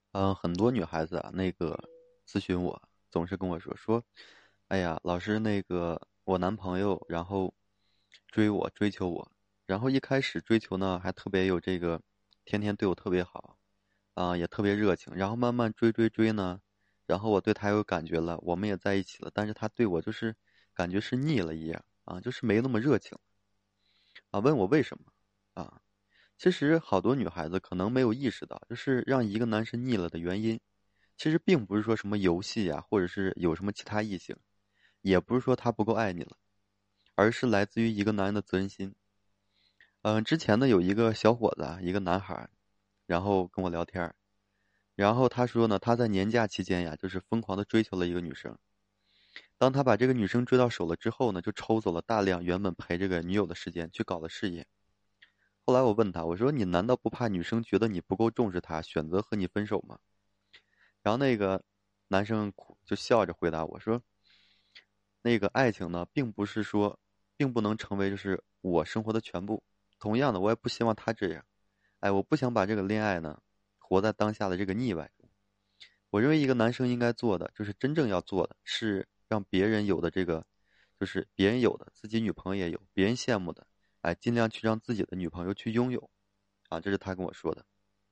很多女孩子啊，咨询我，总是跟我说，哎呀，老师，我男朋友然后追求我，然后一开始追求呢还特别有天天对我特别好，也特别热情，然后慢慢追呢，然后我对他有感觉了，我们也在一起了，但是他对我就是感觉是腻了一样啊，就是没那么热情啊，问我为什么啊？其实好多女孩子可能没有意识到，就是让一个男生腻了的原因。其实并不是说什么游戏呀，或者是有什么其他异性，也不是说他不够爱你了，而是来自于一个男人的责任心。之前呢有一个小伙子啊，一个男孩儿，然后跟我聊天儿，然后他说呢，他在年假期间呀，就是疯狂的追求了一个女生。当他把这个女生追到手了之后呢，就抽走了大量原本陪这个女友的时间，去搞了事业。后来我问他，我说你难道不怕女生觉得你不够重视她，选择和你分手吗？然后那个男生就笑着回答我说：爱情呢，并不能成为就是我生活的全部。同样的，我也不希望他这样。哎，我不想把这个恋爱呢，活在当下的这个腻歪中。我认为一个男生应该做的，就是真正要做的，是让别人有的就是别人有的，自己女朋友也有，别人羡慕的，哎，尽量去让自己的女朋友去拥有。啊，这是他跟我说的。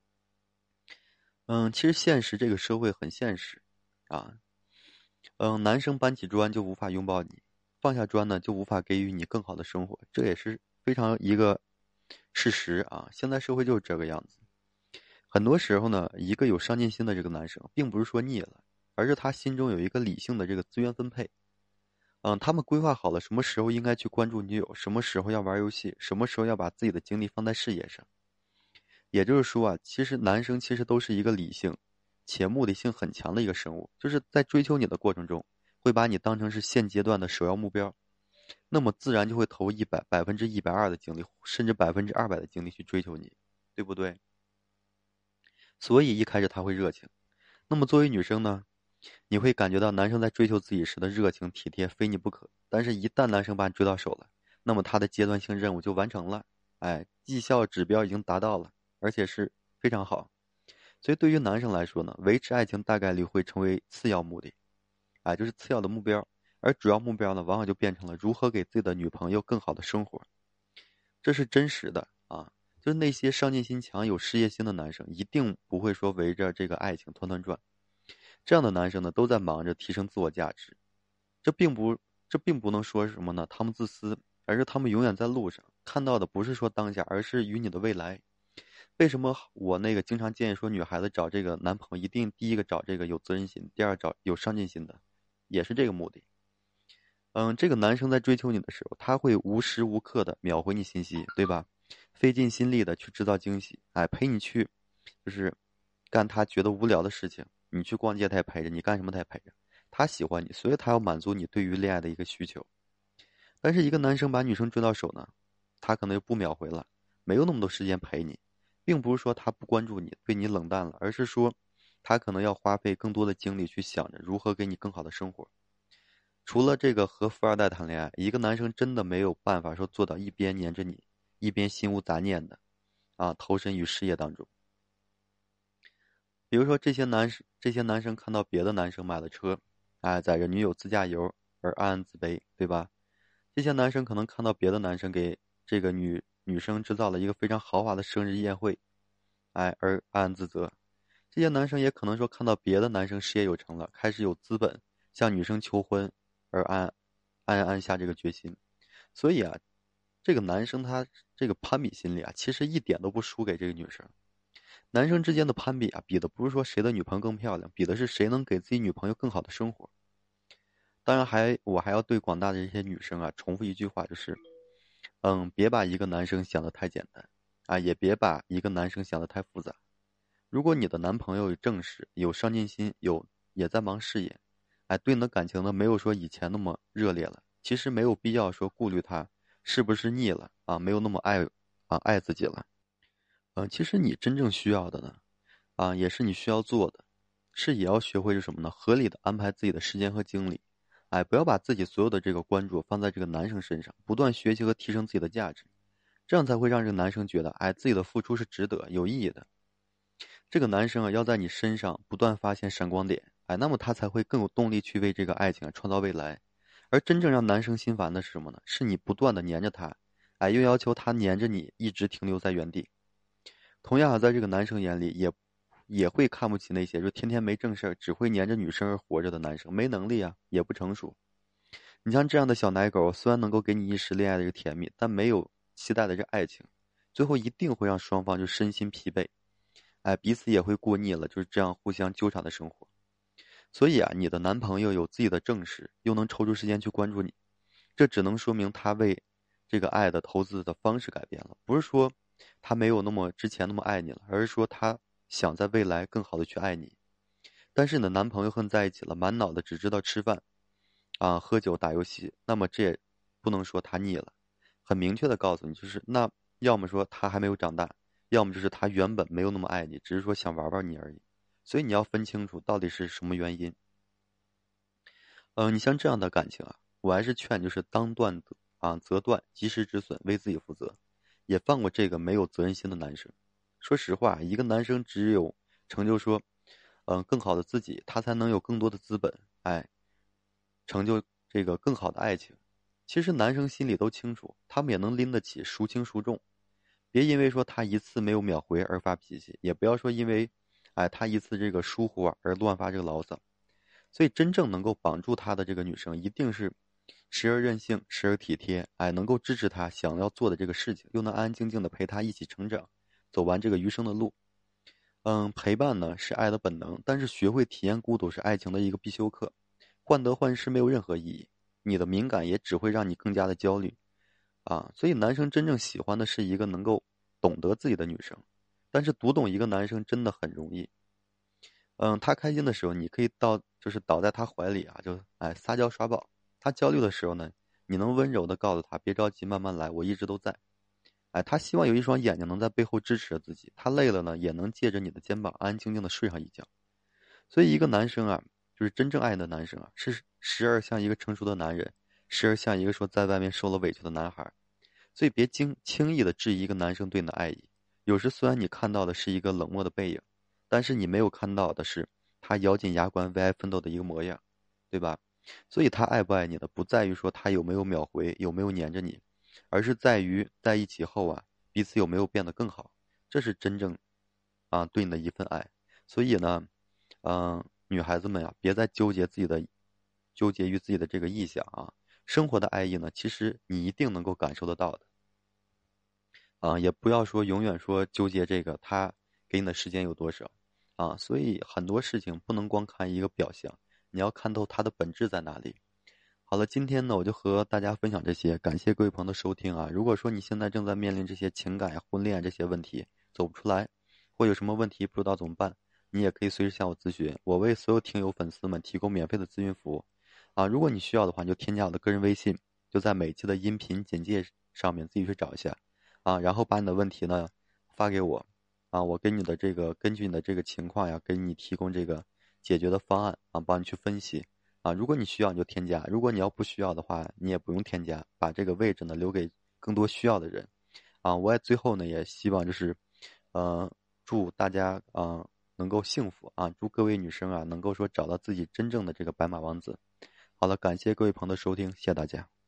其实现实这个社会很现实，啊，男生搬起砖就无法拥抱你，放下砖呢就无法给予你更好的生活，这也是非常一个事实啊。现在社会就是这个样子。很多时候呢，一个有上进心的这个男生，并不是说腻了，而是他心中有一个理性的这个资源分配。他们规划好了什么时候应该去关注女友，什么时候要玩游戏，什么时候要把自己的精力放在事业上。也就是说啊，其实男生其实都是一个理性且目的性很强的一个生物，就是在追求你的过程中，会把你当成是现阶段的首要目标，那么自然就会投100%的精力，甚至200%的精力去追求你，对不对？所以一开始他会热情。那么作为女生呢，你会感觉到男生在追求自己时的热情体贴，非你不可。但是，一旦男生把你追到手了，那么他的阶段性任务就完成了，哎，绩效指标已经达到了，而且是非常好。所以对于男生来说呢，维持爱情大概率会成为次要目的，啊，就是次要的目标，而主要目标呢，往往就变成了如何给自己的女朋友更好的生活。这是真实的啊，就是那些上进心强、有事业心的男生，一定不会说围着这个爱情团团转。这样的男生呢，都在忙着提升自我价值。这并不，这并不能说是什么呢？他们自私，而是他们永远在路上，看到的不是说当下，而是与你的未来。为什么我经常建议说，女孩子找这个男朋友，一定第一个找这个有责任心，第二找有上进心的，也是这个目的。这个男生在追求你的时候，他会无时无刻的秒回你信息，对吧？费尽心力的去制造惊喜，哎，陪你去，就是干他觉得无聊的事情。你去逛街，他也陪着；你干什么，他也陪着。他喜欢你，所以他要满足你对于恋爱的一个需求。但是一个男生把女生追到手呢，他可能就不秒回了，没有那么多时间陪你，并不是说他不关注你，对你冷淡了，而是说他可能要花费更多的精力去想着如何给你更好的生活。除了这个和富二代谈恋爱，一个男生真的没有办法说做到一边黏着你，一边心无杂念的投身于事业当中。比如说这些男生看到别的男生买了车，哎，载着女友自驾游而暗暗自卑，对吧？这些男生可能看到别的男生给这个女生制造了一个非常豪华的生日宴会，哎，而暗暗自责。这些男生也可能说看到别的男生事业有成了，开始有资本向女生求婚，而暗下这个决心。所以啊，这个男生他这个攀比心理啊，其实一点都不输给这个女生。男生之间的攀比啊，比的不是说谁的女朋友更漂亮，比的是谁能给自己女朋友更好的生活。当然我还要对广大的这些女生啊，重复一句话，就是，别把一个男生想得太简单，啊，也别把一个男生想得太复杂。如果你的男朋友有正事、有上进心、也在忙事业，哎，对你的感情呢，没有说以前那么热烈了，其实没有必要说顾虑他是不是腻了啊，没有那么爱自己了。其实你真正需要的呢，也是你需要做的，是也要学会是什么呢？合理的安排自己的时间和精力，哎，不要把自己所有的这个关注放在这个男生身上，不断学习和提升自己的价值，这样才会让这个男生觉得，哎，自己的付出是值得、有意义的。 这个男生啊，要在你身上不断发现闪光点，那么他才会更有动力去为这个爱情创造未来。而真正让男生心烦的是什么呢？是你不断的黏着他，又要求他黏着你一直停留在原地。同样在这个男生眼里也会看不起那些就天天没正事儿，只会黏着女生而活着的男生，没能力啊，也不成熟。你像这样的小奶狗，虽然能够给你一时恋爱的一个甜蜜，但没有期待的这爱情，最后一定会让双方就身心疲惫，彼此也会过腻了，就是这样互相纠缠的生活。所以啊，你的男朋友有自己的正事，又能抽出时间去关注你，这只能说明他为这个爱的投资的方式改变了，不是说他没有那么之前那么爱你了，而是说他想在未来更好的去爱你。但是你的男朋友和你在一起了，满脑子只知道吃饭喝酒打游戏，那么这也不能说他腻了，很明确的告诉你，就是那要么说他还没有长大，要么就是他原本没有那么爱你，只是说想玩玩你而已。所以你要分清楚到底是什么原因。你像这样的感情啊，我还是劝就是当断则断，及时止损，为自己负责，也放过这个没有责任心的男生。说实话，一个男生只有成就说，更好的自己，他才能有更多的资本，成就这个更好的爱情。其实男生心里都清楚，他们也能拎得起孰轻孰重。别因为说他一次没有秒回而发脾气，也不要说因为，他一次这个疏忽而乱发这个牢骚。所以真正能够绑住他的这个女生，一定是时而任性，时而体贴，能够支持他想要做的这个事情，又能安安静静的陪他一起成长，走完这个余生的路。陪伴呢是爱的本能，但是学会体验孤独是爱情的一个必修课。患得患失没有任何意义，你的敏感也只会让你更加的焦虑所以男生真正喜欢的是一个能够懂得自己的女生，但是读懂一个男生真的很容易。他开心的时候，你可以就是倒在他怀里就撒娇耍宝。他焦虑的时候呢，你能温柔的告诉他别着急，慢慢来，我一直都在。他希望有一双眼睛能在背后支持着自己。他累了呢，也能借着你的肩膀安安静静的睡上一觉。所以一个男生就是真正爱的男生是时而像一个成熟的男人，时而像一个说在外面受了委屈的男孩。所以别轻易的质疑一个男生对你的爱意。有时虽然你看到的是一个冷漠的背影，但是你没有看到的是他咬紧牙关为爱奋斗的一个模样，对吧？所以他爱不爱你的，不在于说他有没有秒回，有没有黏着你，而是在于在一起后彼此有没有变得更好。这是真正对你的一份爱。所以呢，女孩子们别再纠结于自己的这个臆想生活的爱意呢，其实你一定能够感受得到的。也不要说永远说纠结这个他给你的时间有多少所以很多事情不能光看一个表象，你要看透它的本质在哪里。好了，今天呢我就和大家分享这些，感谢各位朋友的收听如果说你现在正在面临这些情感婚恋这些问题走不出来，或有什么问题不知道怎么办，你也可以随时向我咨询，我为所有听友粉丝们提供免费的咨询服务如果你需要的话，你就添加我的个人微信，就在每期的音频简介上面自己去找一下然后把你的问题呢发给我我跟你的这个根据你的这个情况给你提供这个解决的方案帮你去分析如果你需要你就添加，如果你要不需要的话，你也不用添加，把这个位置呢留给更多需要的人我也最后呢也希望就是祝大家能够幸福祝各位女生能够说找到自己真正的这个白马王子。好了，感谢各位朋友的收听，谢谢大家。